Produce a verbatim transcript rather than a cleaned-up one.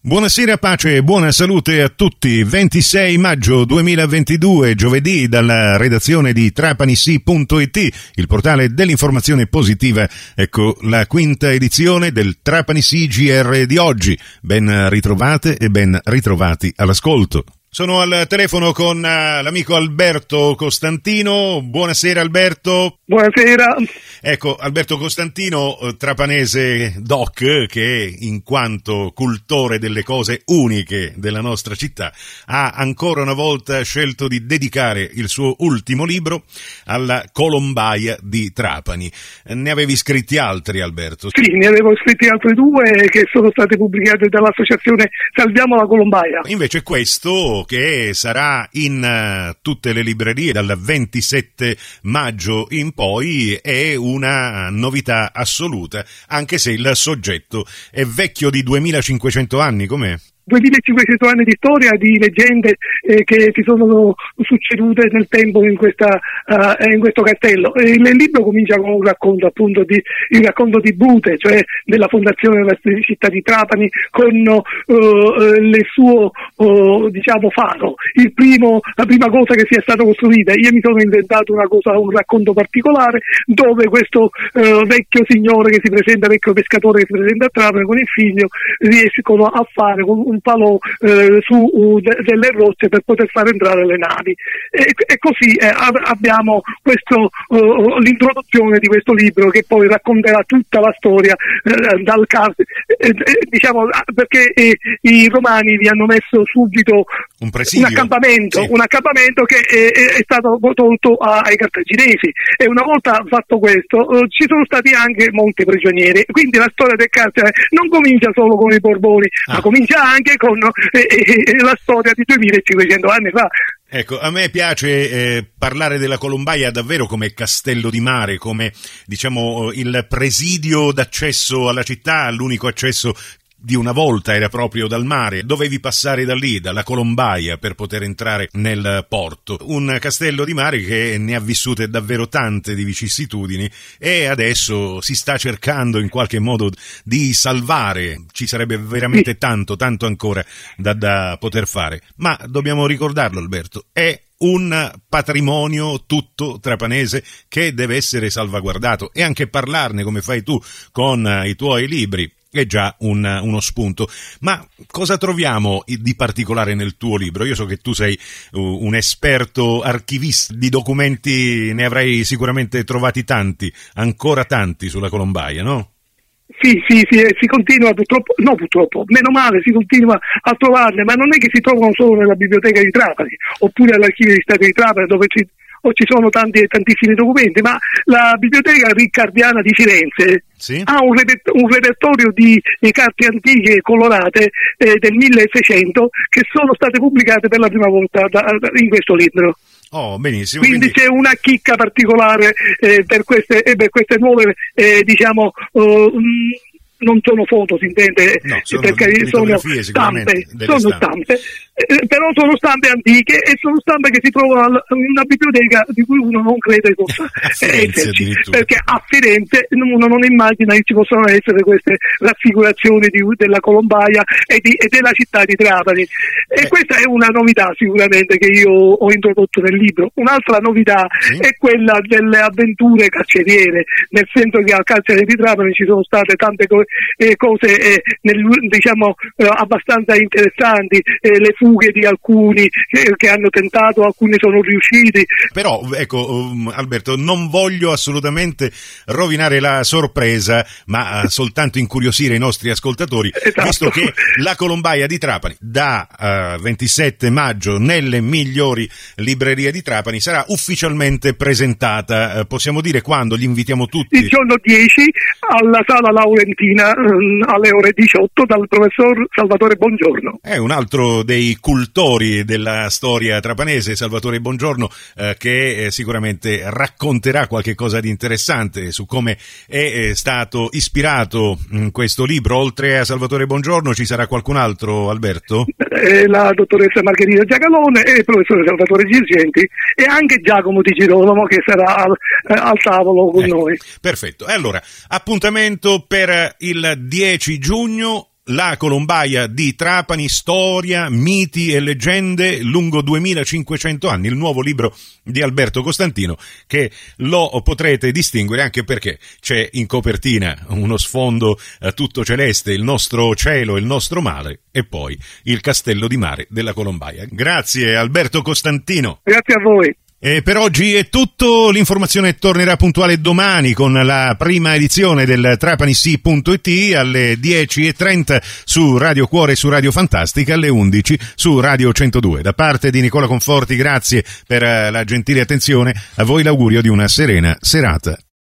Buonasera, pace e buona salute a tutti. ventisei maggio duemilaventidue, giovedì, dalla redazione di trapanisi punto it, il portale dell'informazione positiva. Ecco la quinta edizione del Trapanisi G R di oggi. Ben ritrovate e ben ritrovati all'ascolto. Sono al telefono con uh, l'amico Alberto Costantino. Buonasera Alberto. Buonasera. Ecco, Alberto Costantino, trapanese doc, che in quanto cultore delle cose uniche della nostra città ha ancora una volta scelto di dedicare il suo ultimo libro alla Colombaia di Trapani. Ne avevi scritti altri, Alberto? Sì, ne avevo scritti altri due che sono stati pubblicati dall'associazione Salviamo la Colombaia. Invece questo, che sarà in uh, tutte le librerie dal ventisette maggio in poi, è una novità assoluta, anche se il soggetto è vecchio di duemilacinquecento anni, com'è? duemilacinquecento anni di storia, di leggende eh, che si sono succedute nel tempo in, questa, uh, in questo castello. E il libro comincia con un racconto, appunto, di, il racconto di Bute, cioè della fondazione della città di Trapani, con uh, il suo uh, diciamo faro, il primo, la prima cosa che sia stata costruita. Io mi sono inventato una cosa, un racconto particolare, dove questo uh, vecchio signore che si presenta, vecchio pescatore che si presenta a Trapani con il figlio, riescono a fare con un palo eh, su uh, de- delle rocce per poter far entrare le navi, e, e così eh, ab- abbiamo questo, uh, l'introduzione di questo libro, che poi racconterà tutta la storia eh, dal caso, eh, eh, diciamo, perché eh, i romani vi hanno messo subito un, un accampamento, sì. un accampamento che è, è stato tolto a, ai cartaginesi, e una volta fatto questo uh, ci sono stati anche molti prigionieri, quindi la storia del carcere non comincia solo con i Borboni, ah. ma comincia anche con eh, eh, la storia di duemilacinquecento anni fa. Ecco, a me piace eh, parlare della Colombaia davvero come castello di mare, come, diciamo, il presidio d'accesso alla città, l'unico accesso di una volta era proprio dal mare. Dovevi passare da lì, dalla Colombaia, per poter entrare nel porto. Un castello di mare che ne ha vissute davvero tante di vicissitudini, e adesso si sta cercando in qualche modo di salvare. Ci sarebbe veramente tanto, tanto ancora da, da poter fare. Ma dobbiamo ricordarlo, Alberto, è un patrimonio tutto trapanese che deve essere salvaguardato, e anche parlarne come fai tu con i tuoi libri è già un, uno spunto. Ma cosa troviamo di particolare nel tuo libro? Io so che tu sei un esperto archivista di documenti, ne avrai sicuramente trovati tanti, ancora tanti sulla Colombaia, no? Sì, sì, sì, si continua purtroppo, no purtroppo, meno male, si continua a trovarne, ma non è che si trovano solo nella biblioteca di Trapani, oppure all'archivio di Stato di Trapani, dove ci, o ci sono tanti, tantissimi documenti, ma la biblioteca riccardiana di Firenze sì? ha un, repert- un repertorio di, di carte antiche colorate eh, del milleseicento, che sono state pubblicate per la prima volta da, da, in questo libro. Oh, benissimo. Quindi, quindi c'è una chicca particolare eh, per queste eh, per queste nuove eh, diciamo uh, non sono foto, si intende, no, sono perché sono stampe, sono stampe, stampe eh, però sono stampe antiche, e sono stampe che si trovano in una biblioteca di cui uno non crede possa esserci, perché a Firenze uno non immagina che ci possano essere queste raffigurazioni di, della Colombaia e, di, e della città di Trapani, e eh. questa è una novità sicuramente che io ho introdotto nel libro. Un'altra novità sì. è quella delle avventure carceriere, nel senso che al carcere di Trapani ci sono state tante cose Eh, cose eh, nel, diciamo eh, abbastanza interessanti, eh, le fughe di alcuni eh, che hanno tentato, alcuni sono riusciti. Però ecco, um, Alberto, non voglio assolutamente rovinare la sorpresa, ma uh, soltanto incuriosire i nostri ascoltatori, esatto. visto che la Colombaia di Trapani da uh, ventisette maggio nelle migliori librerie di Trapani sarà ufficialmente presentata. Uh, possiamo dire quando? Li invitiamo tutti? Il giorno dieci alla Sala Laurentina alle ore diciotto dal professor Salvatore Bongiorno. È un altro dei cultori della storia trapanese, Salvatore Bongiorno, eh, che eh, sicuramente racconterà qualche cosa di interessante su come è eh, stato ispirato in questo libro. Oltre a Salvatore Bongiorno ci sarà qualcun altro, Alberto? Eh, la dottoressa Margherita Giacalone e il professore Salvatore Girgenti, e anche Giacomo Di Girolamo, che sarà al, eh, al tavolo con ecco, noi. Perfetto. E allora, appuntamento per il dieci giugno La Colombaia di Trapani, storia, miti e leggende lungo duemilacinquecento anni, il nuovo libro di Alberto Costantino, che lo potrete distinguere anche perché c'è in copertina uno sfondo eh, tutto celeste, il nostro cielo, il nostro mare, e poi il castello di mare della Colombaia. Grazie Alberto Costantino. Grazie a voi. E per oggi è tutto, l'informazione tornerà puntuale domani con la prima edizione del trapanisi punto it alle dieci e trenta su Radio Cuore e su Radio Fantastica, alle undici su Radio centodue. Da parte di Nicola Conforti, grazie per la gentile attenzione, a voi l'augurio di una serena serata.